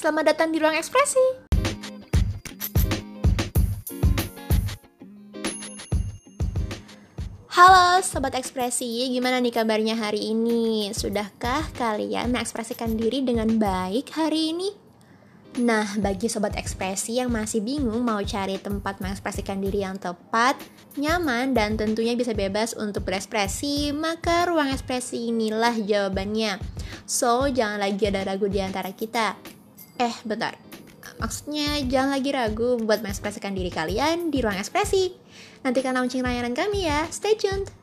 Selamat datang di Ruang Ekspresi. Halo Sobat Ekspresi, gimana nih kabarnya hari ini? Sudahkah kalian mengekspresikan diri dengan baik hari ini? Nah, bagi Sobat Ekspresi yang masih bingung mau cari tempat mengekspresikan diri yang tepat, nyaman, dan tentunya bisa bebas untuk berekspresi, maka Ruang Ekspresi inilah jawabannya. So, jangan lagi ada ragu di antara kita. Bentar. Maksudnya jangan lagi ragu buat mengekspresikan diri kalian di Ruang Ekspresi. Nantikan launching layanan kami ya. Stay tuned.